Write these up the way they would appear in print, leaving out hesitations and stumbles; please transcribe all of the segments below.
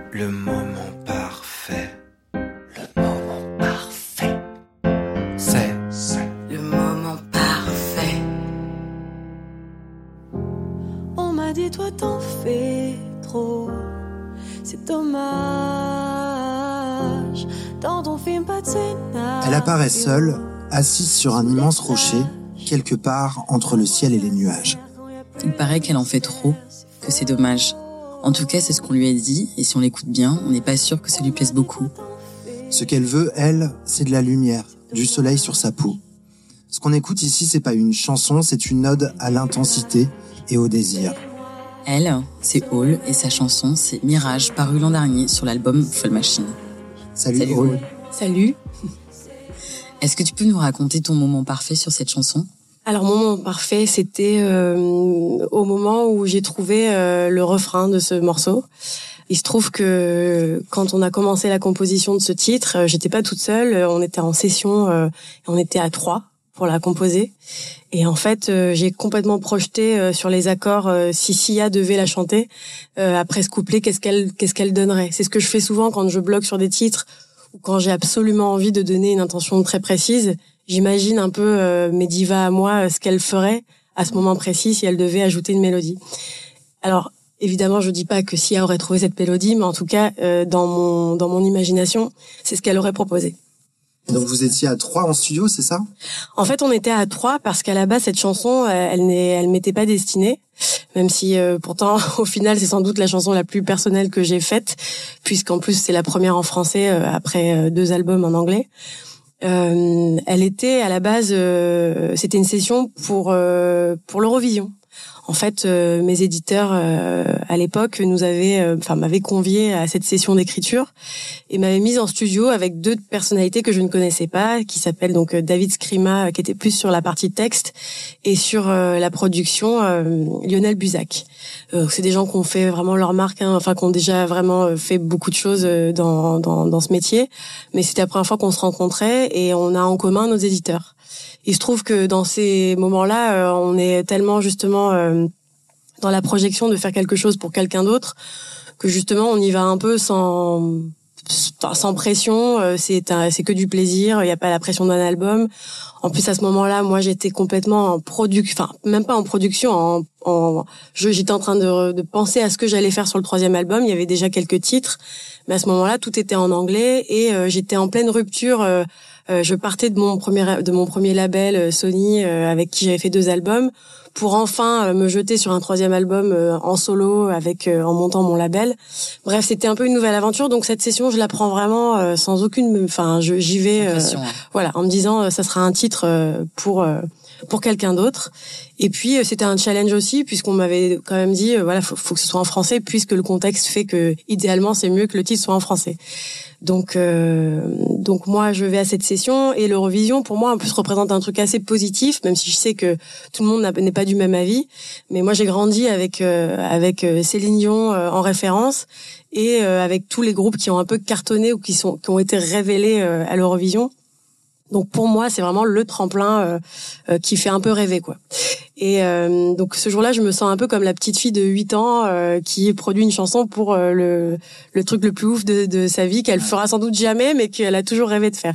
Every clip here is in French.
Le moment parfait. Le moment parfait. C'est le moment parfait. On m'a dit toi t'en fais trop, c'est dommage. Dans ton film pas de scénario. Elle apparaît seule, assise sur un immense rocher, quelque part entre le ciel et les nuages. Il paraît qu'elle en fait trop, que c'est dommage. En tout cas, c'est ce qu'on lui a dit, et si on l'écoute bien, on n'est pas sûr que ça lui plaise beaucoup. Ce qu'elle veut, elle, c'est de la lumière, du soleil sur sa peau. Ce qu'on écoute ici, c'est pas une chanson, c'est une ode à l'intensité et au désir. Elle, c'est Hall, et sa chanson, c'est Mirage, paru l'an dernier sur l'album Fall Machine. Salut Hall. Salut. Est-ce que tu peux nous raconter ton moment parfait sur cette chanson ? Alors, mon moment parfait, c'était au moment où j'ai trouvé le refrain de ce morceau. Il se trouve que quand on a commencé la composition de ce titre, j'étais pas toute seule, on était en session, on était à 3 pour la composer. Et en fait, j'ai complètement projeté sur les accords si Sia devait la chanter après ce couplet, qu'est-ce qu'elle donnerait. C'est ce que je fais souvent quand je bloque sur des titres ou quand j'ai absolument envie de donner une intention très précise. J'imagine un peu mes divas à moi, ce qu'elle ferait à ce moment précis si elle devait ajouter une mélodie. Alors, évidemment, je dis pas que Sia aurait trouvé cette mélodie, mais en tout cas, dans mon imagination, c'est ce qu'elle aurait proposé. Donc vous étiez à 3 en studio, c'est ça ? En fait, on était à 3 parce qu'à la base, cette chanson, elle m'était pas destinée. Même si, pourtant, au final, c'est sans doute la chanson la plus personnelle que j'ai faite, puisqu'en plus, c'est la première en français après 2 albums en anglais. Elle était à la base, c'était une session pour l'Eurovision. En fait, mes éditeurs à l'époque m'avaient convié à cette session d'écriture et m'avaient mise en studio avec 2 personnalités que je ne connaissais pas, qui s'appellent donc David Scrima, qui était plus sur la partie texte, et sur la production Lionel Buzac. C'est des gens qui ont fait vraiment leur marque, qui ont déjà vraiment fait beaucoup de choses dans ce métier. Mais c'était la première fois qu'on se rencontrait et on a en commun nos éditeurs. Il se trouve que dans ces moments-là, on est tellement justement dans la projection de faire quelque chose pour quelqu'un d'autre que justement on y va un peu sans pression. C'est que du plaisir. Il n'y a pas la pression d'un album. En plus à ce moment-là, moi j'étais complètement même pas en production. J'étais en train de penser à ce que j'allais faire sur le 3e album. Il y avait déjà quelques titres, mais à ce moment-là, tout était en anglais et j'étais en pleine rupture. Je partais de mon premier label Sony avec qui j'avais fait 2 albums pour enfin me jeter sur un 3e album en solo en montant mon label. Bref, c'était un peu une nouvelle aventure, donc cette session je la prends vraiment sans aucune j'y vais voilà, en me disant ça sera un titre pour quelqu'un d'autre. Et puis c'était un challenge aussi puisqu'on m'avait quand même dit voilà, faut que ce soit en français puisque le contexte fait que idéalement c'est mieux que le titre soit en français. Donc moi je vais à cette session et l'Eurovision pour moi en plus représente un truc assez positif, même si je sais que tout le monde n'est pas du même avis, mais moi j'ai grandi avec Céline Dion en référence et avec tous les groupes qui ont un peu cartonné ou qui ont été révélés à l'Eurovision. Donc pour moi, c'est vraiment le tremplin qui fait un peu rêver, quoi. Et donc ce jour-là, je me sens un peu comme la petite fille de 8 ans qui produit une chanson pour le truc le plus ouf de sa vie qu'elle fera sans doute jamais, mais qu'elle a toujours rêvé de faire.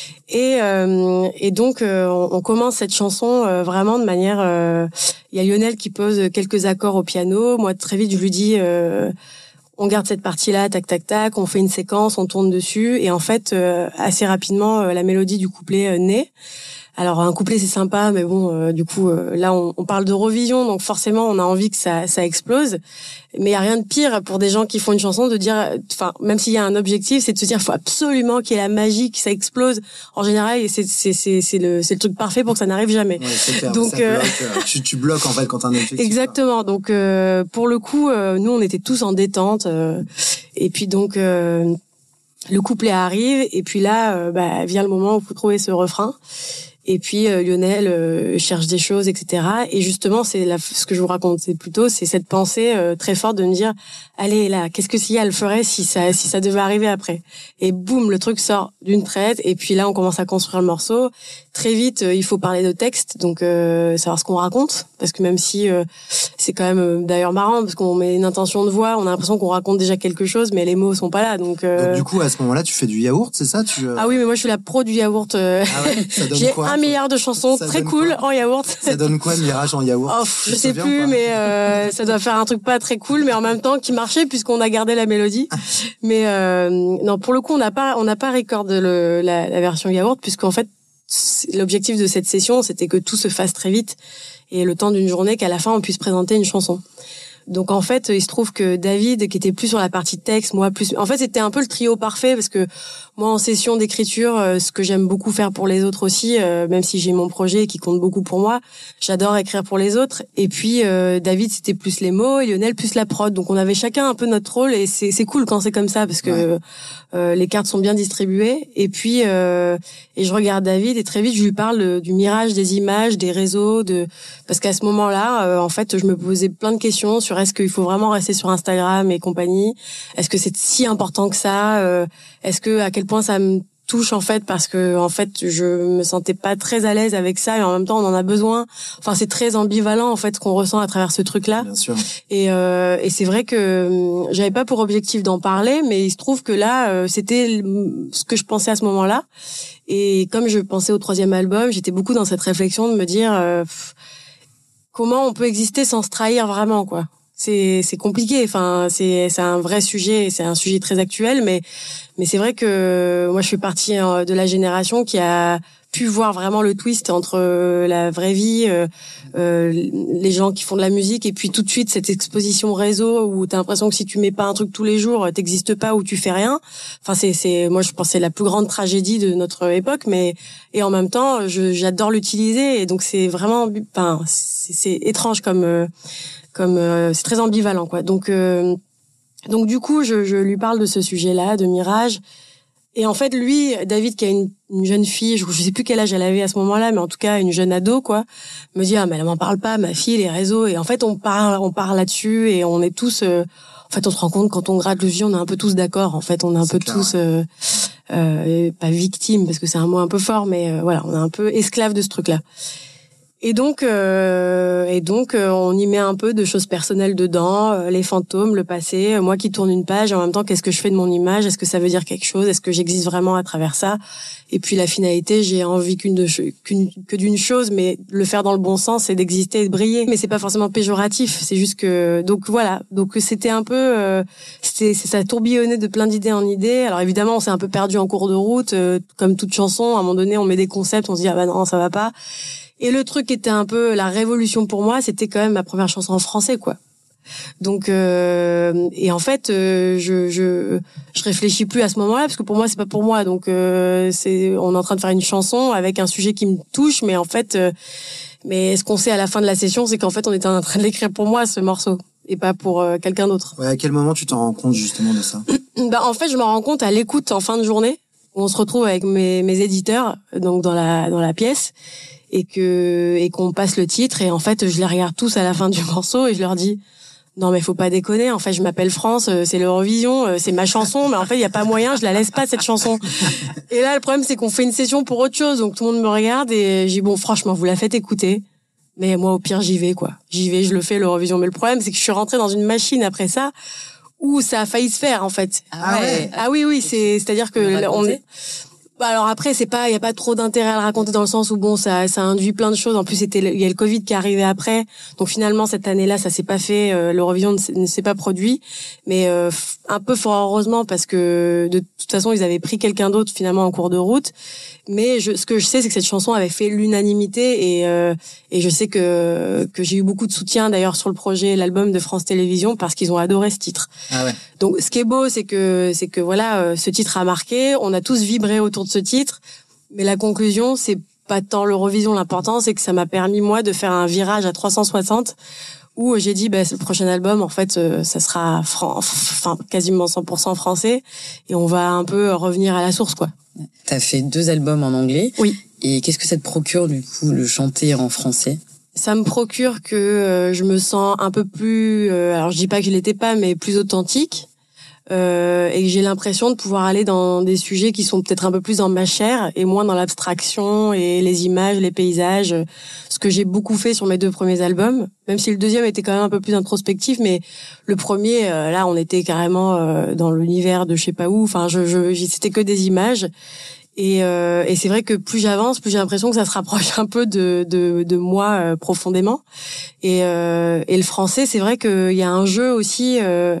Et donc on commence cette chanson vraiment de manière. Il y a Lionel qui pose quelques accords au piano. Moi très vite je lui dis. On garde cette partie-là, tac, tac, tac, on fait une séquence, on tourne dessus, et en fait, assez rapidement, la mélodie du couplet naît. Alors, un couplet, c'est sympa, mais bon, du coup, là, on parle d'Eurovision, donc forcément, on a envie que ça explose. Mais il y a rien de pire pour des gens qui font une chanson de dire, même s'il y a un objectif, c'est de se dire, faut absolument qu'il y ait la magie, que ça explose. En général, c'est le truc parfait pour que ça n'arrive jamais. Ouais, c'est clair, donc, ça bloque, tu bloques en fait quand t'as un objectif. Exactement. Donc, pour le coup, nous, on était tous en détente. Et puis donc, le couplet arrive, et puis là, vient le moment où il faut trouver ce refrain. Et puis Lionel cherche des choses, etc. Et justement, ce que je vous racontais plus tôt, c'est cette pensée très forte de me dire, allez là, qu'est-ce que Sia elle ferait si ça devait arriver après. Et boum, le truc sort d'une traite. Et puis là, on commence à construire le morceau. Très vite, il faut parler de texte, donc savoir ce qu'on raconte, parce que même si c'est quand même d'ailleurs marrant, parce qu'on met une intention de voix, on a l'impression qu'on raconte déjà quelque chose, mais les mots sont pas là. Donc du coup, à ce moment-là, tu fais du yaourt, c'est ça? Ah oui, mais moi je suis la pro du yaourt. Ah ouais, ça donne j'ai quoi, 1 milliard de chansons ça très donne cool quoi en yaourt. Ça donne quoi, Mirage en yaourt? Oh, je sais plus, mais ça doit faire un truc pas très cool, mais en même temps qui marchait puisqu'on a gardé la mélodie. Mais non, pour le coup, on n'a pas record la version yaourt, puisqu'en fait l'objectif de cette session, c'était que tout se fasse très vite et le temps d'une journée, qu'à la fin on puisse présenter une chanson. Donc en fait, il se trouve que David, qui était plus sur la partie texte, moi plus. En fait, c'était un peu le trio parfait, parce que moi en session d'écriture, ce que j'aime beaucoup faire pour les autres aussi, même si j'ai mon projet qui compte beaucoup pour moi, j'adore écrire pour les autres. Et puis David, c'était plus les mots et Lionel plus la prod. Donc on avait chacun un peu notre rôle, et c'est cool quand c'est comme ça, parce que les cartes sont bien distribuées. Et puis et je regarde David, et très vite je lui parle du mirage des images, des réseaux, parce qu'à ce moment-là, en fait, je me posais plein de questions sur est-ce qu'il faut vraiment rester sur Instagram et compagnie, est-ce que c'est si important que ça, est-ce que à quel point ça me touche en fait, parce que en fait je me sentais pas très à l'aise avec ça, et en même temps on en a besoin. Enfin, c'est très ambivalent en fait ce qu'on ressent à travers ce truc-là. Bien sûr. Et c'est vrai que j'avais pas pour objectif d'en parler, mais il se trouve que là c'était ce que je pensais à ce moment-là. Et comme je pensais au 3e album, j'étais beaucoup dans cette réflexion de me dire comment on peut exister sans se trahir vraiment, quoi. C'est compliqué. Enfin, c'est un vrai sujet, c'est un sujet très actuel, mais c'est vrai que moi je fais partie de la génération qui a pu voir vraiment le twist entre la vraie vie, les gens qui font de la musique, et puis tout de suite cette exposition réseau où t'as l'impression que si tu mets pas un truc tous les jours, t'existes pas ou tu fais rien. Enfin, moi je pense que c'est la plus grande tragédie de notre époque, et en même temps j'adore l'utiliser, et donc c'est vraiment, enfin c'est étrange comme c'est très ambivalent, quoi. Donc du coup je lui parle de ce sujet-là, de Mirage. Et en fait, lui, David, qui a une jeune fille, je sais plus quel âge elle avait à ce moment-là, mais en tout cas une jeune ado, quoi, me dit, ah mais elle m'en parle pas, ma fille, les réseaux. Et en fait, on parle là-dessus, et on est tous, en fait, on se rend compte quand on gratte le sujet, on est un peu tous d'accord. En fait, on est un peu clair, tous pas victimes, parce que c'est un mot un peu fort, mais voilà, on est un peu esclaves de ce truc-là. Et donc, on y met un peu de choses personnelles dedans, les fantômes, le passé, moi qui tourne une page, et en même temps, qu'est-ce que je fais de mon image? Est-ce que ça veut dire quelque chose? Est-ce que j'existe vraiment à travers ça? Et puis la finalité, j'ai envie que d'une chose, mais le faire dans le bon sens, c'est d'exister et de briller. Mais c'est pas forcément péjoratif, c'est juste que, donc voilà. Donc c'était un peu, ça tourbillonnait de plein d'idées en idées. Alors évidemment, on s'est un peu perdu en cours de route, comme toute chanson. À un moment donné, on met des concepts, on se dit, ah bah non, ça va pas. Et le truc qui était un peu la révolution pour moi, c'était quand même ma première chanson en français, quoi. Donc et en fait je réfléchis plus à ce moment-là, parce que pour moi c'est pas pour moi. Donc on est en train de faire une chanson avec un sujet qui me touche, mais en fait mais ce qu'on sait à la fin de la session, c'est qu'en fait on était en train de l'écrire pour moi, ce morceau, et pas pour quelqu'un d'autre. Ouais, à quel moment tu t'en rends compte justement de ça? Bah en fait je m'en rends compte à l'écoute en fin de journée, où on se retrouve avec mes éditeurs, donc dans la pièce, et qu'on passe le titre, et en fait je les regarde tous à la fin du morceau, et je leur dis, non mais faut pas déconner, en fait je m'appelle France, c'est l'Eurovision, c'est ma chanson, mais en fait il y a pas moyen, je la laisse pas cette chanson. Et là le problème c'est qu'on fait une session pour autre chose, donc tout le monde me regarde, et j'ai dit, bon franchement vous la faites écouter, mais moi au pire j'y vais, je le fais, l'Eurovision. Mais le problème c'est que je suis rentrée dans une machine après ça où ça a failli se faire, en fait. Ah ouais. Ah oui, c'est-à-dire que on est. Bah alors après il y a pas trop d'intérêt à le raconter, dans le sens où bon ça induit plein de choses. En plus il y a le Covid qui est arrivé après, donc finalement cette année-là ça s'est pas fait, l'Eurovision ne s'est pas produit, mais un peu fort heureusement, parce que de toute façon ils avaient pris quelqu'un d'autre finalement en cours de route. Mais ce que je sais, c'est que cette chanson avait fait l'unanimité, et je sais que j'ai eu beaucoup de soutien d'ailleurs sur le projet, l'album de France Télévisions, parce qu'ils ont adoré ce titre. Ah ouais. Donc ce qui est beau, c'est que voilà, ce titre a marqué, on a tous vibré autour de ce titre, mais la conclusion, c'est pas tant l'Eurovision, l'important c'est que ça m'a permis moi de faire un virage à 360, où j'ai dit le prochain album en fait ça sera quasiment 100% français, et on va un peu revenir à la source, quoi. T'as fait 2 albums en anglais. Oui. Et qu'est-ce que ça te procure du coup de chanter en français? Ça me procure que je me sens un peu plus, alors je dis pas que je l'étais pas, mais plus authentique, et que j'ai l'impression de pouvoir aller dans des sujets qui sont peut-être un peu plus dans ma chair et moins dans l'abstraction et les images, les paysages, ce que j'ai beaucoup fait sur mes 2 premiers albums, même si le deuxième était quand même un peu plus introspectif, mais le premier, là, on était carrément dans l'univers de je sais pas où, enfin, c'était que des images. Et c'est vrai que plus j'avance, plus j'ai l'impression que ça se rapproche un peu de moi profondément. Et le français, c'est vrai qu'il y a un jeu aussi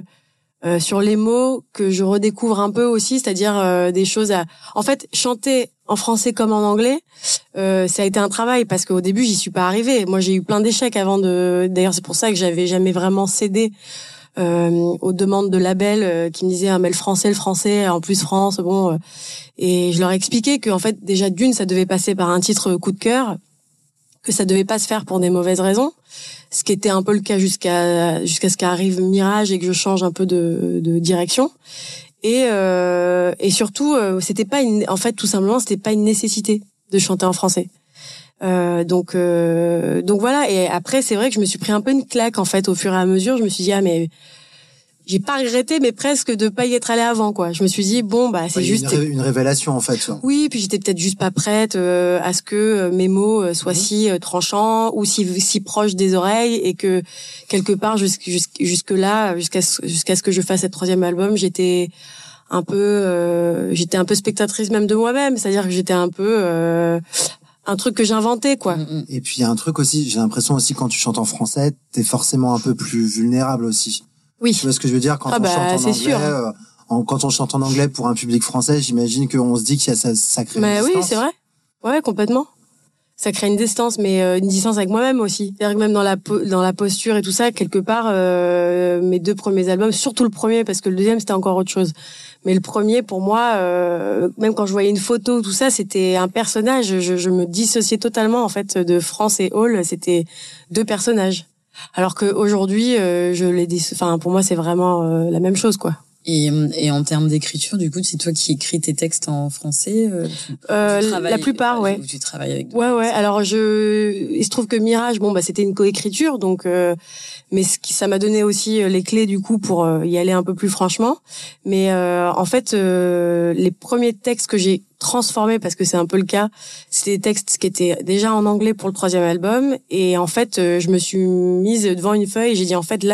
sur les mots que je redécouvre un peu aussi, c'est-à-dire des choses à. En fait, chanter en français comme en anglais, ça a été un travail parce qu'au début, j'y suis pas arrivée. Moi, j'ai eu plein d'échecs avant de. D'ailleurs, c'est pour ça que j'avais jamais vraiment cédé aux demandes de labels qui me disaient mais le français, en plus France, bon. Et je leur ai expliqué que en fait déjà d'une ça devait passer par un titre coup de cœur, que ça devait pas se faire pour des mauvaises raisons, ce qui était un peu le cas jusqu'à ce qu'arrive Mirage et que je change un peu de direction. Et surtout c'était pas en fait tout simplement c'était pas une nécessité de chanter en français. Donc voilà. Et après c'est vrai que je me suis pris un peu une claque en fait au fur et à mesure. Je me suis dit mais j'ai pas regretté, mais presque de pas y être allée avant, quoi. Je me suis dit bon, bah c'est juste une révélation en fait. Ça. Oui, puis j'étais peut-être juste pas prête à ce que mes mots soient si tranchants ou si proches des oreilles et que quelque part jusque là, jusqu'à ce que je fasse cette 3e album, j'étais un peu spectatrice même de moi-même, c'est-à-dire que j'étais un peu un truc que j'inventais, quoi. Et puis il y a un truc aussi, j'ai l'impression aussi quand tu chantes en français, t'es forcément un peu plus vulnérable aussi. Oui. Tu vois ce que je veux dire quand on chante en anglais. Sûr. Quand on chante en anglais pour un public français, j'imagine qu'on se dit qu'il y a ça crée une distance. Oui, c'est vrai. Ouais, complètement. Ça crée une distance, mais une distance avec moi-même aussi. C'est-à-dire que même dans la posture et tout ça, quelque part, mes 2 premiers albums, surtout le premier, parce que le deuxième c'était encore autre chose. Mais le premier, pour moi, même quand je voyais une photo, tout ça, c'était un personnage. Je me dissociais totalement en fait de France et Hall. C'était 2 personnages. Alors qu'aujourd'hui, pour moi, c'est vraiment la même chose, quoi. Et en termes d'écriture, du coup, c'est toi qui écris tes textes en français la plupart, ouais. Tu travailles avec. Ouais. Alors il se trouve que Mirage, c'était une coécriture, donc mais ça m'a donné aussi les clés du coup pour y aller un peu plus franchement. Mais en fait, les premiers textes que j'ai transformés, parce que c'est un peu le cas, c'était des textes qui étaient déjà en anglais pour le 3e album, et en fait, je me suis mise devant une feuille et j'ai dit en fait là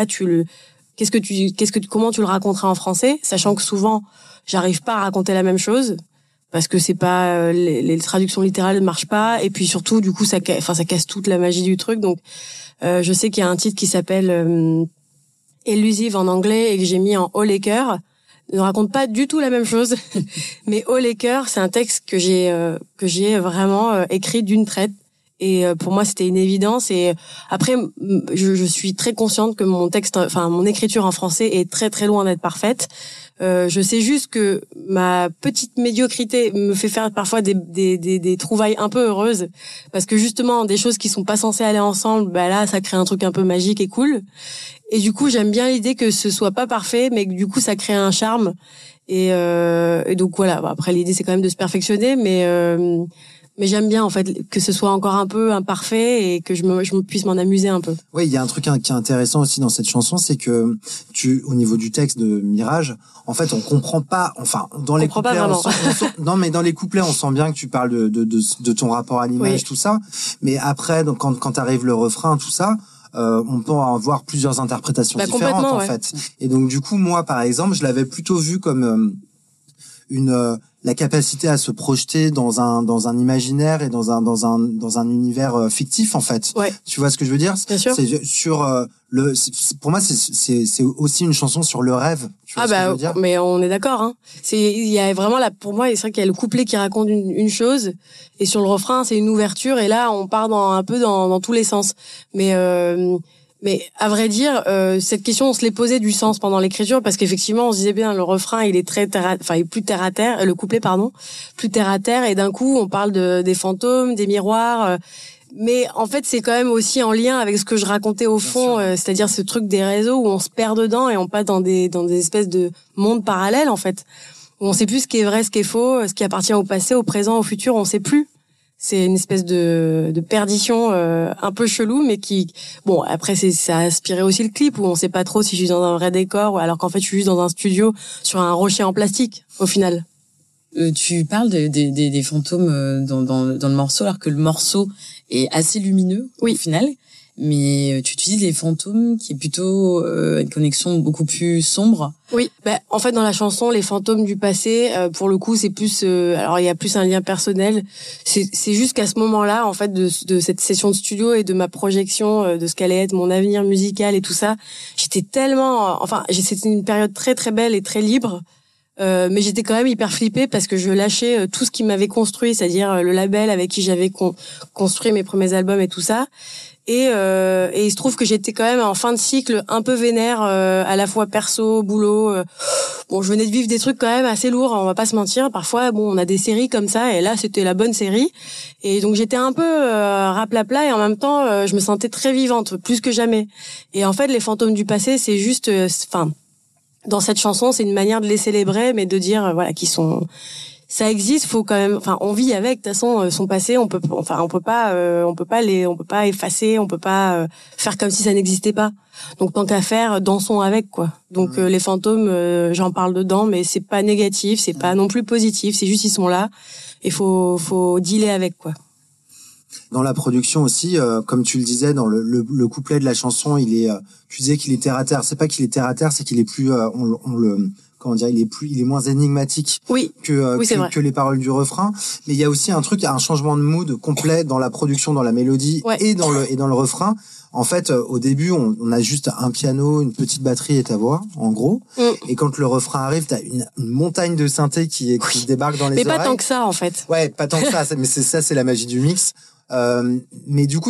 comment tu le raconteras en français, sachant que souvent j'arrive pas à raconter la même chose parce que c'est pas les traductions littérales ne marchent pas, et puis surtout du coup ça casse toute la magie du truc. Donc je sais qu'il y a un titre qui s'appelle Elusive en anglais et que j'ai mis en haut les cœurs, ne raconte pas du tout la même chose. Mais haut les cœurs, c'est un texte que j'ai vraiment écrit d'une traite. Et pour moi, c'était une évidence. Et après, je suis très consciente que mon écriture en français est très très loin d'être parfaite. Je sais juste que ma petite médiocrité me fait faire parfois des trouvailles un peu heureuses, parce que justement, des choses qui sont pas censées aller ensemble, là, ça crée un truc un peu magique et cool. Et du coup, j'aime bien l'idée que ce soit pas parfait, mais que du coup, ça crée un charme. Et donc voilà. Après, l'idée, c'est quand même de se perfectionner, mais j'aime bien en fait que ce soit encore un peu imparfait et que je puisse m'en amuser un peu. Oui, il y a un truc qui est intéressant aussi dans cette chanson, c'est que au niveau du texte de Mirage, en fait, on comprend pas. Enfin, dans les couplets, non, mais dans les couplets, on sent bien que tu parles de ton rapport à l'image, tout ça. Mais après, donc quand arrive le refrain, tout ça, on peut avoir plusieurs interprétations différentes en fait. Et donc du coup, moi, par exemple, je l'avais plutôt vu comme la capacité à se projeter dans un imaginaire et dans un univers fictif en fait. Ouais. Tu vois ce que je veux dire? Bien sûr. C'est sur pour moi c'est aussi une chanson sur le rêve. Tu vois ce que je veux dire? Mais on est d'accord, hein. Il y a vraiment pour moi, c'est vrai qu'il y a le couplet qui raconte une chose, et sur le refrain, c'est une ouverture, et là on part un peu dans tous les sens. Mais à vrai dire, cette question, on se l'est posée du sens pendant l'écriture, parce qu'effectivement, on se disait bien, le refrain, il est il est plus terre à terre, le couplet, plus terre à terre, et d'un coup, on parle des fantômes, des miroirs, mais en fait, c'est quand même aussi en lien avec ce que je racontais au fond, c'est-à-dire ce truc des réseaux où on se perd dedans et on passe dans des espèces de mondes parallèles, en fait, où on sait plus ce qui est vrai, ce qui est faux, ce qui appartient au passé, au présent, au futur, on sait plus. C'est une espèce de perdition un peu chelou, mais qui, bon, après ça a inspiré aussi le clip où on sait pas trop si je suis dans un vrai décor, alors qu'en fait je suis juste dans un studio sur un rocher en plastique au final. Tu parles des fantômes dans le morceau, alors que le morceau est assez lumineux au final. Mais tu utilises les fantômes, qui est plutôt une connexion beaucoup plus sombre. Oui, en fait dans la chanson les fantômes du passé, pour le coup c'est plus, alors il y a plus un lien personnel. C'est juste qu'à ce moment-là, en fait, de cette session de studio et de ma projection de ce qu'allait être mon avenir musical et tout ça, j'étais tellement, c'était une période très très belle et très libre. Mais j'étais quand même hyper flippée parce que je lâchais tout ce qui m'avait construit, c'est-à-dire le label avec qui j'avais construit mes premiers albums et tout ça. Et il se trouve que j'étais quand même en fin de cycle un peu vénère, à la fois perso, boulot. Bon, je venais de vivre des trucs quand même assez lourds, on va pas se mentir. Parfois, bon, on a des séries comme ça, et là, c'était la bonne série. Et donc, j'étais un peu raplapla, et en même temps, je me sentais très vivante, plus que jamais. Et en fait, les fantômes du passé, c'est juste, dans cette chanson, c'est une manière de les célébrer, mais de dire, voilà, qu'ils sont... Ça existe, faut quand même, on vit avec, de toute façon, son passé, on peut pas effacer, on peut pas faire comme si ça n'existait pas. Donc tant qu'à faire, dansons avec, quoi. Donc les fantômes, j'en parle dedans, mais c'est pas négatif, c'est pas non plus positif, c'est juste ils sont là et faut dealer avec, quoi. Dans la production aussi, comme tu le disais, dans le couplet de la chanson, tu disais qu'il est terre à terre. C'est pas qu'il est terre à terre, c'est qu'il est plus, il est moins énigmatique que les paroles du refrain. Mais il y a aussi un changement de mood complet dans la production, dans la mélodie et dans le refrain. En fait, au début, on a juste un piano, une petite batterie et ta voix, en gros. Et quand le refrain arrive, t'as une montagne de synthé qui débarque dans les oreilles. Mais pas tant que ça, en fait. Ouais, pas tant que ça. Mais c'est la magie du mix. Mais du coup,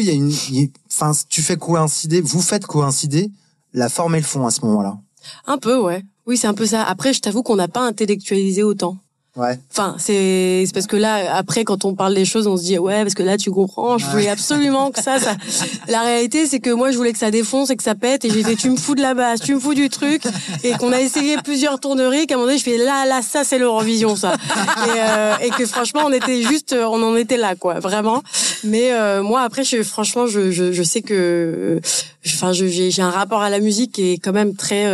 vous faites coïncider la forme et le fond à ce moment-là. Un peu, ouais. Oui, c'est un peu ça. Après, je t'avoue qu'on n'a pas intellectualisé autant. Ouais. C'est parce que là, après, quand on parle des choses, on se dit, ouais, parce que là, tu comprends, je voulais absolument que ça. La réalité, c'est que moi, je voulais que ça défonce et que ça pète, et j'ai fait, tu me fous de la base, tu me fous du truc, et qu'on a essayé plusieurs tourneries, qu'à un moment donné, je fais, là, ça, c'est l'Eurovision, ça. Et que franchement, on en était là, quoi, vraiment. Mais, moi, après, franchement, je sais que, j'ai un rapport à la musique qui est quand même très,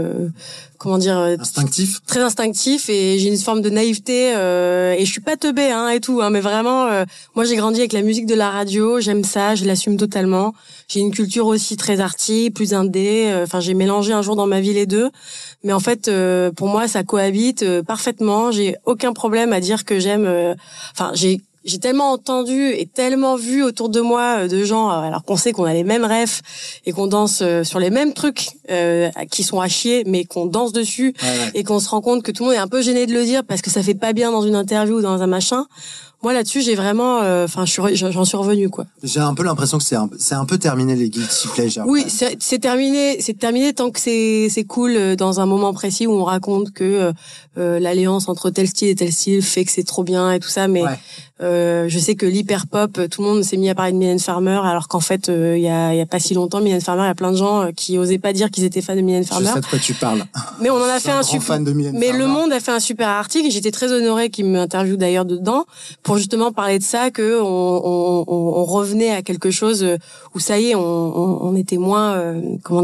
instinctif, très instinctif, et j'ai une forme de naïveté, et je suis pas teubée et tout, mais vraiment moi j'ai grandi avec la musique de la radio, j'aime ça, je l'assume totalement. J'ai une culture aussi très arty, plus indé, j'ai mélangé un jour dans ma vie les deux, mais en fait pour moi ça cohabite parfaitement. J'ai aucun problème à dire que j'aime, j'ai tellement entendu et tellement vu autour de moi de gens, alors qu'on sait qu'on a les mêmes rêves et qu'on danse sur les mêmes trucs qui sont à chier, mais qu'on danse dessus, et qu'on se rend compte que tout le monde est un peu gêné de le dire parce que ça fait pas bien dans une interview ou dans un machin. Moi là-dessus, j'ai vraiment, j'en suis revenue, quoi. J'ai un peu l'impression que c'est un peu terminé les guilty pleasures. Oui, c'est terminé tant que c'est cool dans un moment précis où on raconte que l'alliance entre tel style et tel style fait que c'est trop bien et tout ça, mais je sais que l'hyper pop, tout le monde s'est mis à parler de Mylène Farmer, alors qu'en fait il y a pas si longtemps, Mylène Farmer, il y a plein de gens qui osaient pas dire qu'ils étaient fans de Mylène Farmer. Je sais de quoi tu parles. Mais on en a fait un super fan de Mylène Farmer. Le Monde a fait un super article, et j'étais très honorée qu'il m'interviewe d'ailleurs dedans, pour justement parler de ça, que on revenait à quelque chose où ça y est, on était moins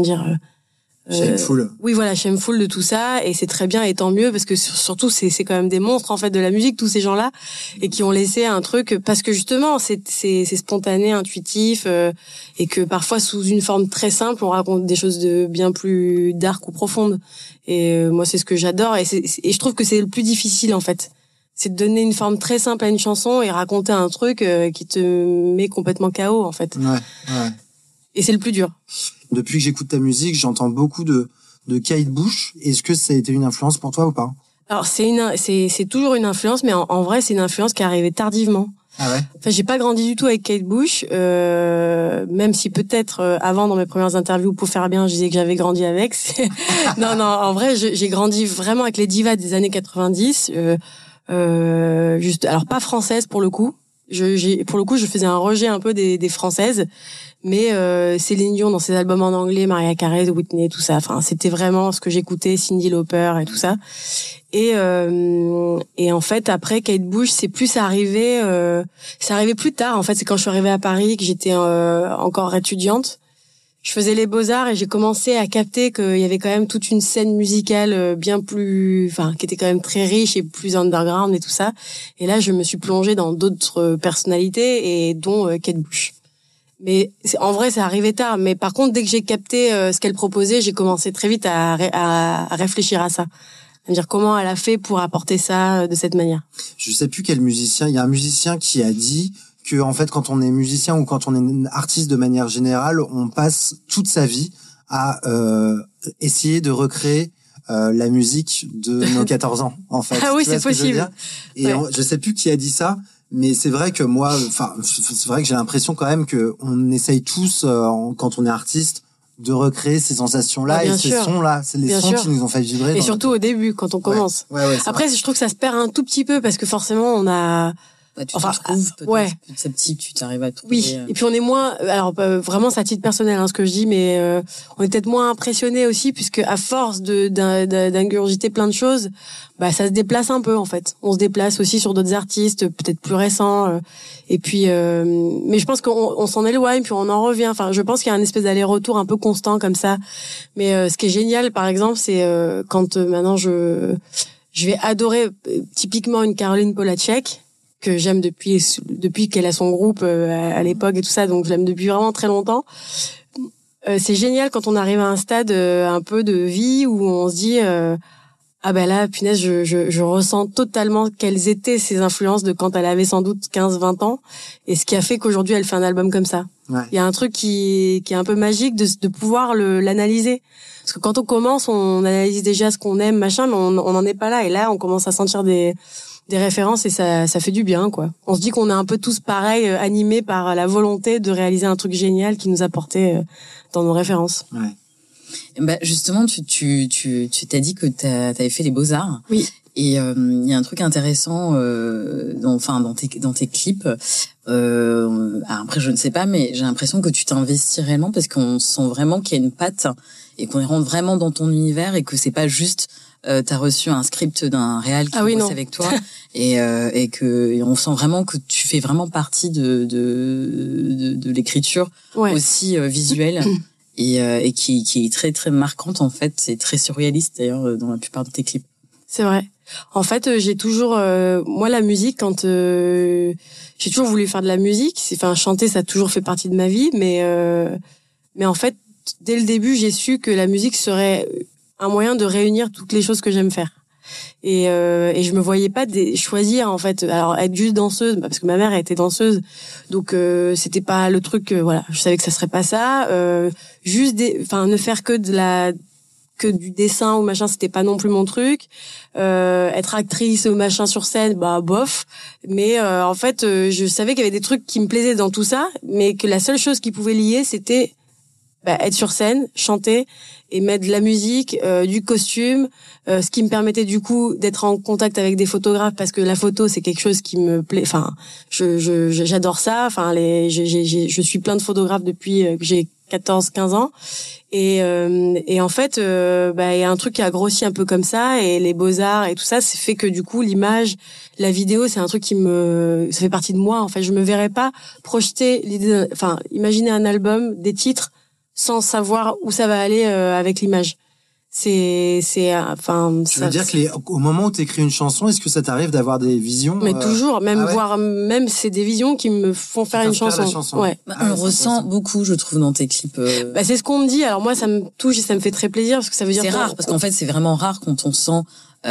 shameful. Oui, voilà, shameful de tout ça, et c'est très bien, et tant mieux, parce que surtout c'est quand même des monstres en fait de la musique, tous ces gens-là, et qui ont laissé un truc, parce que justement c'est spontané, intuitif, et que parfois sous une forme très simple on raconte des choses de bien plus dark ou profondes. Et moi c'est ce que j'adore, et je trouve que c'est le plus difficile en fait. C'est de donner une forme très simple à une chanson et raconter un truc qui te met complètement KO, en fait. Ouais. Et c'est le plus dur. Depuis que j'écoute ta musique, j'entends beaucoup de Kate Bush. Est-ce que ça a été une influence pour toi ou pas? Alors c'est toujours une influence, mais en vrai c'est une influence qui est arrivée tardivement. Ah ouais. J'ai pas grandi du tout avec Kate Bush, même si peut-être avant, dans mes premières interviews pour faire bien, je disais que j'avais grandi avec. Non, en vrai j'ai grandi vraiment avec les divas des années 90. Alors pas française pour le coup. Pour le coup, je faisais un rejet un peu des françaises, mais Céline Dion dans ses albums en anglais, Mariah Carey, Whitney, tout ça. Enfin, c'était vraiment ce que j'écoutais, Cyndi Lauper et tout ça. Et en fait, après Kate Bush, c'est arrivé plus tard. En fait, c'est quand je suis arrivée à Paris que j'étais encore étudiante. Je faisais les Beaux-Arts et j'ai commencé à capter qu'il y avait quand même toute une scène musicale qui était quand même très riche et plus underground et tout ça. Et là, je me suis plongée dans d'autres personnalités et dont Kate Bush. Mais en vrai, ça arrivait tard. Mais par contre, dès que j'ai capté ce qu'elle proposait, j'ai commencé très vite à réfléchir à ça. À me dire comment elle a fait pour apporter ça de cette manière. Je sais plus quel musicien. Il y a un musicien qui a dit que en fait, quand on est musicien ou quand on est artiste de manière générale, on passe toute sa vie à essayer de recréer la musique de nos 14 ans. En fait. Ah oui, c'est possible. Et je sais plus qui a dit ça. Mais c'est vrai que moi, c'est vrai que j'ai l'impression quand même que on essaye tous, quand on est artiste, de recréer ces sensations-là et ces sons-là. C'est les sons qui nous ont fait vibrer. Et surtout au début, quand on commence. Ouais, après, je trouve que ça se perd un tout petit peu parce que forcément, on a... tu trouves peut-être petit à petit, tu t'arrives à trouver. Oui, et puis on est moins, alors vraiment c'est à titre personnel ce que je dis, mais on est peut-être moins impressionné aussi puisque à force d'ingurgiter plein de choses, ça se déplace un peu en fait. On se déplace aussi sur d'autres artistes peut-être plus récents et puis mais je pense qu'on s'en éloigne puis on en revient. Enfin, je pense qu'il y a un espèce d'aller-retour un peu constant comme ça. Mais ce qui est génial par exemple, c'est quand maintenant je vais adorer typiquement une Caroline Polachek que j'aime depuis qu'elle a son groupe à l'époque et tout ça, donc je l'aime depuis vraiment très longtemps. C'est génial quand on arrive à un stade un peu de vie où on se dit là, punaise, je ressens totalement quelles étaient ses influences de quand elle avait sans doute 15-20 ans et ce qui a fait qu'aujourd'hui elle fait un album comme ça. Ouais. Il y a un truc qui est un peu magique de pouvoir l'analyser. Parce que quand on commence, on analyse déjà ce qu'on aime, machin, mais on n'en est pas là. Et là, on commence à sentir des références et ça fait du bien, quoi. On se dit qu'on est un peu tous pareils, animés par la volonté de réaliser un truc génial qui nous a porté dans nos références. Ouais. Justement, tu t'as dit que t'avais fait les Beaux-Arts. Oui. Et il y a un truc intéressant dans tes clips. Après, je ne sais pas, mais j'ai l'impression que tu t'investis réellement parce qu'on sent vraiment qu'il y a une patte et qu'on rentre vraiment dans ton univers et que c'est pas juste t'as reçu un script d'un réal qui bosse avec toi et on sent vraiment que tu fais vraiment partie de l'écriture aussi visuelle et qui est très très marquante en fait. C'est très surréaliste d'ailleurs dans la plupart de tes clips. C'est vrai. En fait, j'ai toujours moi la musique quand j'ai toujours voulu faire de la musique, chanter ça a toujours fait partie de ma vie mais en fait dès le début, j'ai su que la musique serait un moyen de réunir toutes les choses que j'aime faire. Et je me voyais pas choisir en fait. Alors être juste danseuse, parce que ma mère était danseuse, donc c'était pas le truc. Je savais que ça serait pas ça. Ne faire que du dessin ou machin, c'était pas non plus mon truc. Être actrice ou machin sur scène, bof. Mais en fait, je savais qu'il y avait des trucs qui me plaisaient dans tout ça, mais que la seule chose qui pouvait lier, c'était être sur scène, chanter et mettre de la musique, du costume, ce qui me permettait du coup d'être en contact avec des photographes parce que la photo c'est quelque chose qui me plaît. Enfin, j'adore ça. Enfin, je suis plein de photographes depuis que j'ai 14-15 ans et en fait, il y a un truc qui a grossi un peu comme ça et les Beaux-Arts et tout ça, c'est fait que du coup l'image, la vidéo, c'est un truc ça fait partie de moi. En fait, je me verrais pas projeter l'idée, imaginer un album, des titres sans savoir où ça va aller avec l'image. Tu veux dire que au moment où tu écris une chanson, est-ce que ça t'arrive d'avoir des visions? Mais toujours, même c'est des visions qui me font faire une chanson. Ouais. On le ressent beaucoup, je trouve, dans tes clips. C'est ce qu'on me dit. Alors moi, ça me touche et ça me fait très plaisir parce que ça veut dire c'est rare parce qu'en fait, c'est vraiment rare quand on sent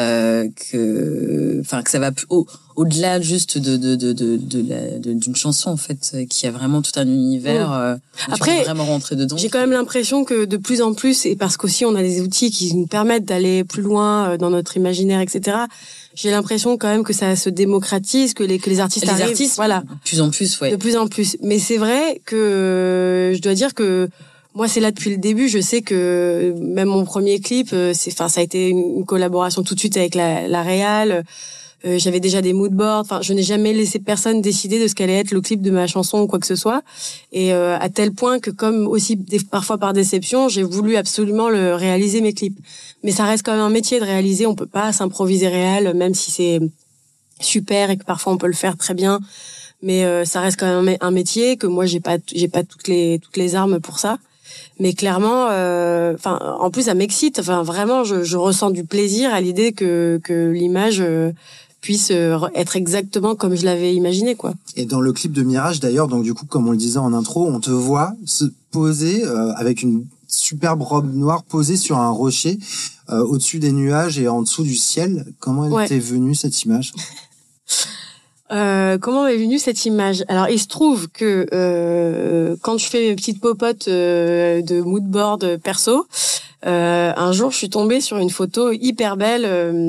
que ça va au-delà juste d'une chanson en fait qui a vraiment tout un univers. Après, tu peux vraiment rentrer dedans. J'ai quand même l'impression que de plus en plus, et parce qu'aussi on a des outils qui nous permettent d'aller plus loin dans notre imaginaire, etc. J'ai l'impression quand même que ça se démocratise, que les artistes arrivent. Voilà. De plus en plus, ouais. De plus en plus. Mais c'est vrai que je dois dire que moi, c'est là depuis le début. Je sais que même mon premier clip, ça a été une collaboration tout de suite avec la réal. J'avais déjà des mood boards. Enfin, je n'ai jamais laissé personne décider de ce qu'allait être le clip de ma chanson ou quoi que ce soit. Et à tel point que, comme aussi parfois par déception, j'ai voulu absolument le réaliser mes clips. Mais ça reste quand même un métier de réaliser. On peut pas s'improviser réel, même si c'est super et que parfois on peut le faire très bien. Mais ça reste quand même un métier que moi j'ai pas toutes les armes pour ça. Mais clairement, en plus ça m'excite. Enfin, vraiment, je ressens du plaisir à l'idée que l'image puisse être exactement comme je l'avais imaginé, quoi. Et dans le clip de Mirage, d'ailleurs, donc du coup, comme on le disait en intro, on te voit se poser avec une superbe robe noire posée sur un rocher au-dessus des nuages et en dessous du ciel. Comment elle t'est venue cette image? Comment est venue cette image? Alors, il se trouve que quand je fais mes petites popotes de moodboard perso, un jour, je suis tombée sur une photo hyper belle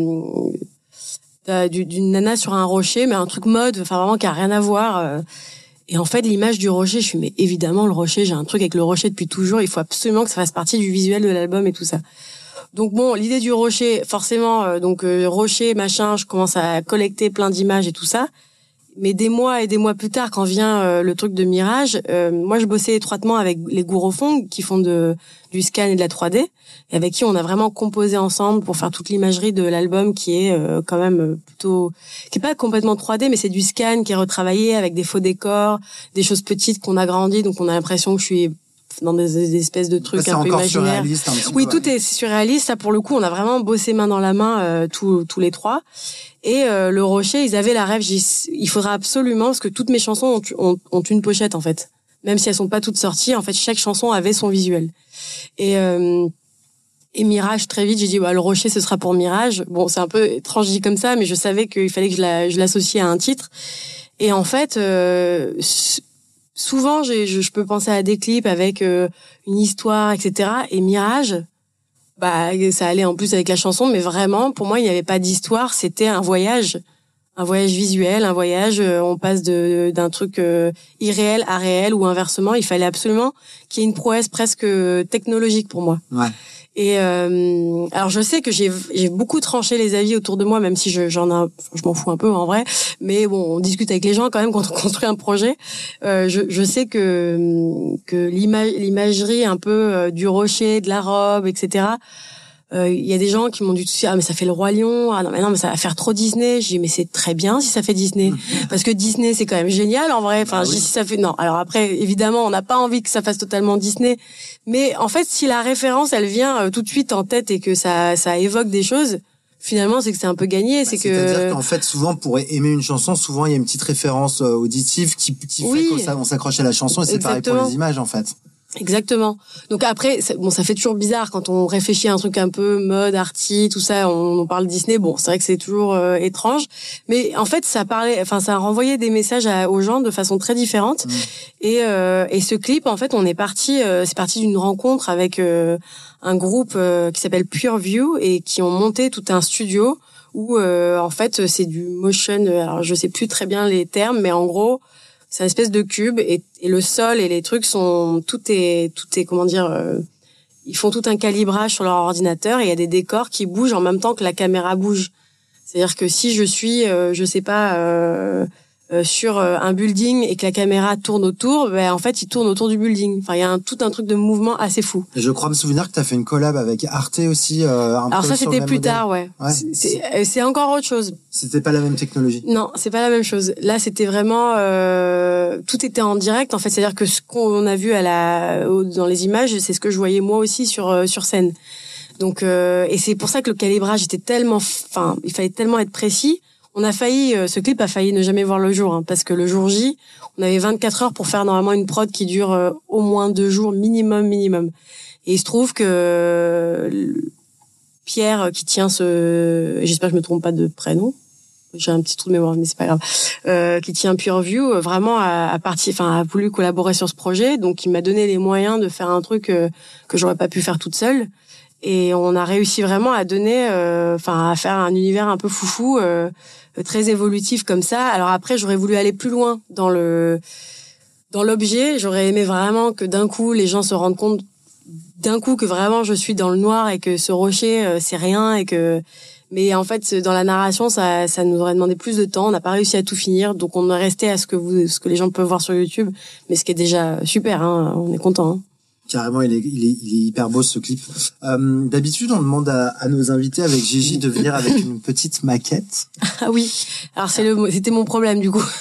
d'une nana sur un rocher, mais un truc mode, enfin vraiment qui a rien à voir. Et en fait, l'image du rocher, je suis mais évidemment le rocher, j'ai un truc avec le rocher depuis toujours. Il faut absolument que ça fasse partie du visuel de l'album et tout ça. Donc bon, l'idée du rocher, forcément, rocher, machin, je commence à collecter plein d'images et tout ça. Mais des mois et des mois plus tard, quand vient le truc de Mirage, moi je bossais étroitement avec les Gourofong qui font du scan et de la 3D, et avec qui on a vraiment composé ensemble pour faire toute l'imagerie de l'album qui est quand même plutôt, qui est pas complètement 3D, mais c'est du scan qui est retravaillé avec des faux décors, des choses petites qu'on agrandit, donc on a l'impression que je suis dans des espèces de trucs un peu imaginaires. Oui, tout est surréaliste. Ça, pour le coup, on a vraiment bossé main dans la main tous les trois. Et le rocher, ils avaient la rêve. Il faudra absolument, parce que toutes mes chansons ont une pochette en fait, même si elles sont pas toutes sorties. En fait, chaque chanson avait son visuel. Et Mirage, très vite, j'ai dit le rocher, ce sera pour Mirage. Bon, c'est un peu étrange dit comme ça, mais je savais qu'il fallait que je l'associe à un titre. Et en fait, souvent, je peux penser à des clips avec une histoire, etc. Et Mirage, ça allait en plus avec la chanson, mais vraiment, pour moi, il n'y avait pas d'histoire. C'était un voyage visuel, un voyage. On passe d'un truc irréel à réel ou inversement. Il fallait absolument qu'il y ait une prouesse presque technologique pour moi. Ouais. Et alors je sais que j'ai beaucoup tranché les avis autour de moi, même si je m'en fous un peu en vrai, mais bon, on discute avec les gens quand même quand on construit un projet. Je sais que l'imagerie un peu du rocher, de la robe, etc. Il y a des gens qui m'ont dit mais ça fait le Roi Lion, mais ça va faire trop Disney. Je dis mais c'est très bien si ça fait Disney, parce que Disney c'est quand même génial en vrai. Enfin, je dis si ça fait non. Alors après évidemment on n'a pas envie que ça fasse totalement Disney, mais en fait si la référence elle vient tout de suite en tête et que ça évoque des choses, finalement c'est que c'est un peu gagné. C'est-à-dire qu'en fait souvent pour aimer une chanson, souvent il y a une petite référence auditive qui fait qu'on s'accroche à la chanson, et c'est pareil pour les images en fait. Exactement. Donc après, ça fait toujours bizarre quand on réfléchit à un truc un peu mode, arty, tout ça, on parle Disney. Bon, c'est vrai que c'est toujours étrange, mais en fait, ça renvoyait des messages aux gens de façon très différente. Et ce clip, en fait, c'est parti d'une rencontre avec un groupe qui s'appelle Pure View et qui ont monté tout un studio où en fait, c'est du motion. Alors, je sais plus très bien les termes, mais en gros, c'est une espèce de cube et le sol et les trucs tout est comment dire, ils font tout un calibrage sur leur ordinateur et il y a des décors qui bougent en même temps que la caméra bouge. C'est-à-dire que si je suis, je sais pas, sur un building et que la caméra tourne autour, en fait, il tourne autour du building. Enfin, il y a tout un truc de mouvement assez fou. Et je crois me souvenir que tu as fait une collab avec Arte aussi. Alors ça, c'était plus tard, ouais. C'est encore autre chose. C'était pas la même technologie. Non, c'est pas la même chose. Là, c'était vraiment tout était en direct. En fait, c'est-à-dire que ce qu'on a vu dans les images, c'est ce que je voyais moi aussi sur scène. Donc, et c'est pour ça que le calibrage était il fallait tellement être précis. Ce clip a failli ne jamais voir le jour, parce que le jour J, on avait 24 heures pour faire normalement une prod qui dure au moins 2 jours minimum. Et il se trouve que Pierre qui tient j'espère que je me trompe pas de prénom, j'ai un petit trou de mémoire mais c'est pas grave, qui tient Pure View, vraiment a voulu collaborer sur ce projet, donc il m'a donné les moyens de faire un truc que j'aurais pas pu faire toute seule. Et on a réussi vraiment à donner, à faire un univers un peu foufou, très évolutif comme ça. Alors après, j'aurais voulu aller plus loin dans l'objet. J'aurais aimé vraiment que d'un coup, les gens se rendent compte que vraiment je suis dans le noir et que ce rocher, c'est rien et que, Mais en fait, dans la narration, ça nous aurait demandé plus de temps. On n'a pas réussi à tout finir, donc on est resté à ce que les gens peuvent voir sur YouTube, mais ce qui est déjà super. Hein, on est content. Hein. Carrément, il est hyper beau ce clip. D'habitude, on demande à nos invités avec Gigi de venir avec une petite maquette. Ah oui. Alors c'était mon problème du coup.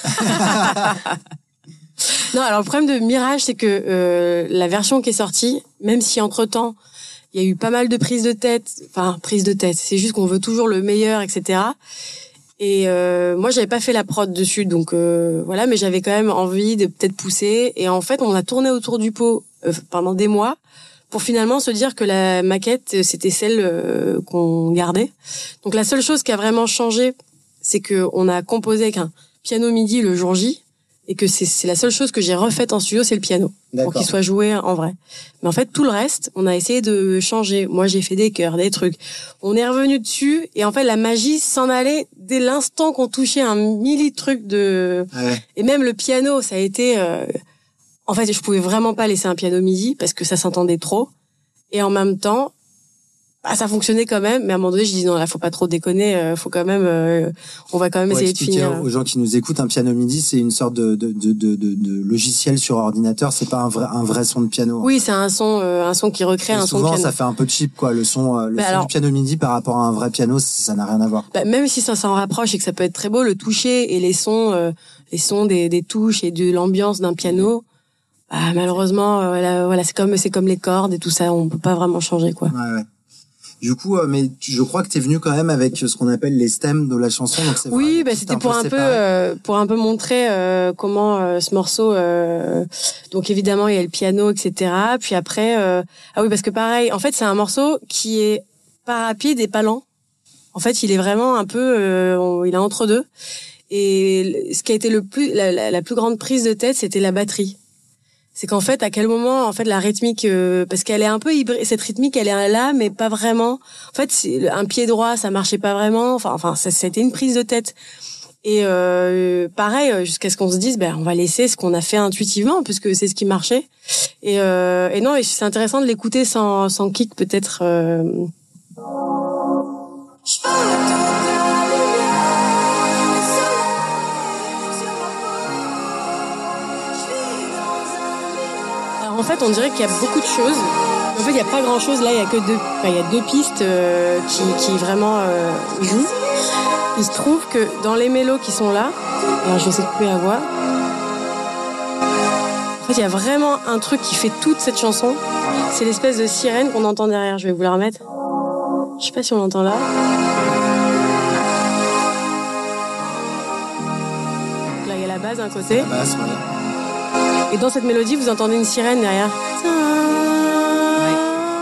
Non, alors le problème de Mirage, c'est que la version qui est sortie, même si entre-temps il y a eu pas mal de prises de tête, c'est juste qu'on veut toujours le meilleur, etc. Et moi, j'avais pas fait la prod dessus, donc voilà, mais j'avais quand même envie de peut-être pousser. Et en fait, on a tourné autour du pot pendant des mois pour finalement se dire que la maquette, c'était celle qu'on gardait. Donc la seule chose qui a vraiment changé, c'est que on a composé avec un piano MIDI le jour J. Et que c'est la seule chose que j'ai refaite en studio, c'est le piano. D'accord. Pour qu'il soit joué en vrai. Mais en fait, tout le reste, on a essayé de changer. Moi, j'ai fait des chœurs, des trucs. On est revenu dessus, et en fait, la magie s'en allait dès l'instant qu'on touchait un truc de... Ouais. Et même le piano, ça a été... En fait, je pouvais vraiment pas laisser un piano MIDI, parce que ça s'entendait trop. Et en même temps, ça fonctionnait quand même, mais à un moment donné, je dis non, là, faut pas trop déconner, faut quand même, on va quand même essayer de finir. Aux gens qui nous écoutent, un piano MIDI, c'est une sorte de logiciel sur ordinateur, c'est pas un vrai son de piano. Oui, c'est un son qui recrée un son de piano. Souvent, ça fait un peu cheap, quoi, le son du piano MIDI par rapport à un vrai piano, ça n'a rien à voir. Même si ça s'en rapproche et que ça peut être très beau, le toucher et les sons des touches et de l'ambiance d'un piano, malheureusement, voilà, c'est comme les cordes et tout ça, on peut pas vraiment changer, quoi. Ouais. Du coup, mais je crois que t'es venu quand même avec ce qu'on appelle les stems de la chanson. Donc c'est oui, c'était pour un peu montrer comment ce morceau. Donc évidemment, il y a le piano, etc. Puis après, parce que pareil, en fait, c'est un morceau qui est pas rapide et pas lent. En fait, il est vraiment un peu, il est entre deux. Et ce qui a été la plus grande prise de tête, c'était la batterie. C'est qu'en fait, à quel moment, en fait, la rythmique, parce qu'elle est un peu hybride, cette rythmique, elle est là, mais pas vraiment. En fait, un pied droit, ça marchait pas vraiment. Enfin, ça a été une prise de tête. Et pareil, jusqu'à ce qu'on se dise, on va laisser ce qu'on a fait intuitivement, puisque c'est ce qui marchait. Et non, et c'est intéressant de l'écouter sans kick, peut-être. En fait, on dirait qu'il y a beaucoup de choses. En fait, il n'y a pas grand-chose. Là, il y a que deux pistes qui vraiment jouent. Il se trouve que dans les mélos qui sont là, alors je vais essayer de couper la voix. En fait, il y a vraiment un truc qui fait toute cette chanson. C'est l'espèce de sirène qu'on entend derrière. Je vais vous la remettre. Je sais pas si on l'entend là. Là, il y a la basse d'un côté. La basse, voilà. Et dans cette mélodie, vous entendez une sirène derrière. Ouais.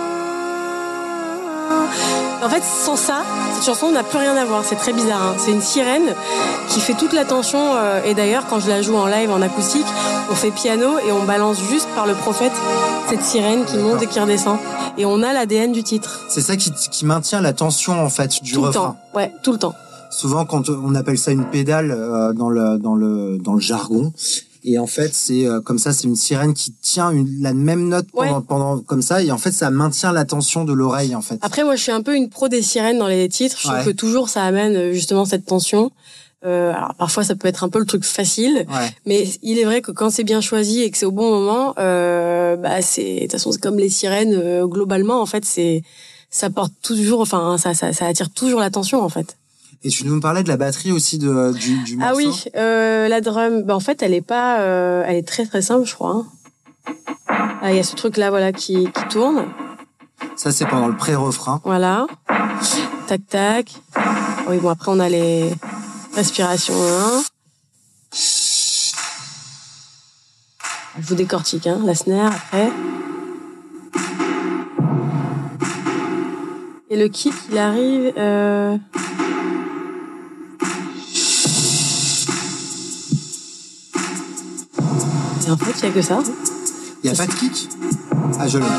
En fait, sans ça, cette chanson n'a plus rien à voir. C'est très bizarre. Hein. C'est une sirène qui fait toute la tension. Et d'ailleurs, quand je la joue en live, en acoustique, on fait piano et on balance juste par le prophète cette sirène qui monte et qui redescend. Et on a l'ADN du titre. C'est ça qui maintient la tension, en fait, du refrain. Tout le temps. Ouais, tout le temps. Souvent, quand on appelle ça une pédale dans le jargon. Et en fait, c'est comme ça, c'est une sirène qui tient la même note pendant comme ça, et en fait, ça maintient la tension de l'oreille, en fait. Après, moi, je suis un peu une pro des sirènes dans les titres. Je trouve que toujours ça amène justement cette tension. Alors parfois, ça peut être un peu le truc facile, mais il est vrai que quand c'est bien choisi et que c'est au bon moment, de toute façon, c'est comme les sirènes. Globalement, en fait, ça porte toujours, enfin, ça attire toujours l'attention, en fait. Et tu nous parlais de la batterie aussi du morceau. Ah oui, la drum. En fait, elle est pas, elle est très très simple, je crois. Il y a ce truc là, voilà, qui tourne. Ça, c'est pendant le pré-refrain. Voilà. Tac tac. Oui, bon, après on a les respirations. Hein. Je vous décortique, la snare après. Et le kick, il arrive. Et en fait, il n'y a que ça. Il n'y a pas de kick ? Ah, je l'ai.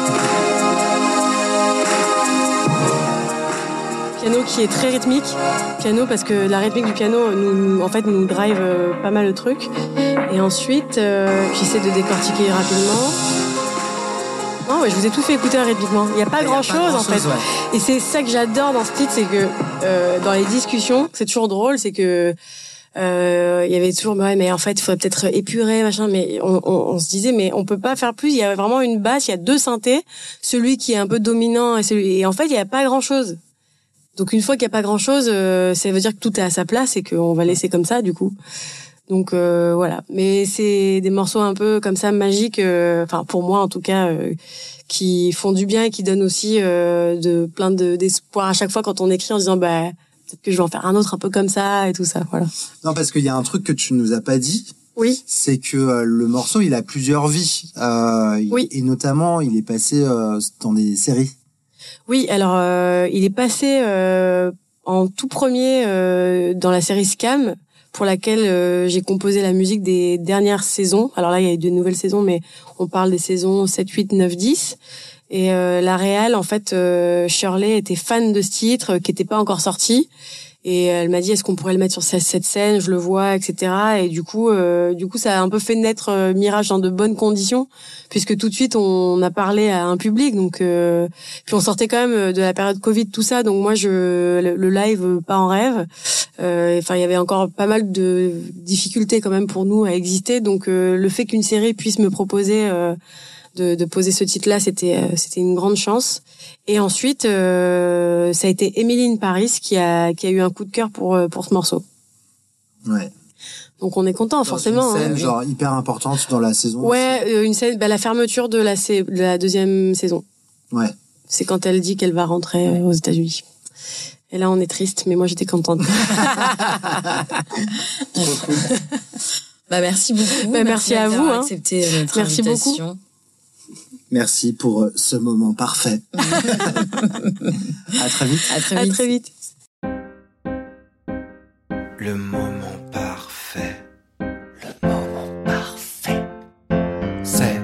Piano qui est très rythmique. Piano parce que la rythmique du piano nous drive pas mal le truc. Et ensuite, j'essaie de décortiquer rapidement. Non, je vous ai tout fait écouter rythmiquement. Il n'y a pas grand-chose en fait. Ouais. Et c'est ça que j'adore dans ce titre, c'est que dans les discussions, c'est toujours drôle, c'est que il y avait toujours mais en fait il faudrait peut-être épurer machin, mais on se disait mais on peut pas faire plus, il y a vraiment une basse, il y a 2 synthés, celui qui est un peu dominant et en fait il y a pas grand-chose. Donc une fois qu'il y a pas grand-chose, ça veut dire que tout est à sa place et qu'on va laisser comme ça du coup. Donc voilà, mais c'est des morceaux un peu comme ça magiques, enfin pour moi en tout cas, qui font du bien et qui donnent aussi de plein d'espoir à chaque fois quand on écrit en disant peut-être que je vais en faire un autre un peu comme ça et tout ça, voilà. Non, parce qu'il y a un truc que tu nous as pas dit. Oui. C'est que le morceau, il a plusieurs vies. Oui. Et notamment, il est passé dans des séries. Oui, alors il est passé en tout premier dans la série Scam, pour laquelle j'ai composé la musique des dernières saisons. Alors là, il y a eu de nouvelles saisons, mais on parle des saisons 7, 8, 9, 10. Et la réal, en fait, Shirley était fan de ce titre qui était pas encore sorti. Et elle m'a dit, est-ce qu'on pourrait le mettre sur cette scène? Je le vois, etc. Et du coup, ça a un peu fait naître Mirage dans de bonnes conditions, puisque tout de suite, on a parlé à un public. Donc, puis on sortait quand même de la période Covid, tout ça. Donc moi, le live, pas en rêve. Enfin, il y avait encore pas mal de difficultés quand même pour nous à exister. Donc, le fait qu'une série puisse me proposer de poser ce titre-là, c'était une grande chance. Et ensuite, ça a été Emily Paris qui a eu un coup de cœur pour ce morceau. Ouais. Donc on est content, forcément. Une scène genre hyper importante dans la saison. Ouais, une scène, la fermeture de la 2e saison. Ouais. C'est quand elle dit qu'elle va rentrer aux États-Unis. Et là, on est triste, mais moi j'étais contente. Trop cool. Merci beaucoup. Merci à vous. Accepté notre merci invitation. Beaucoup. Merci pour ce moment parfait. À très vite. À très vite. Le moment parfait. Le moment parfait. C'est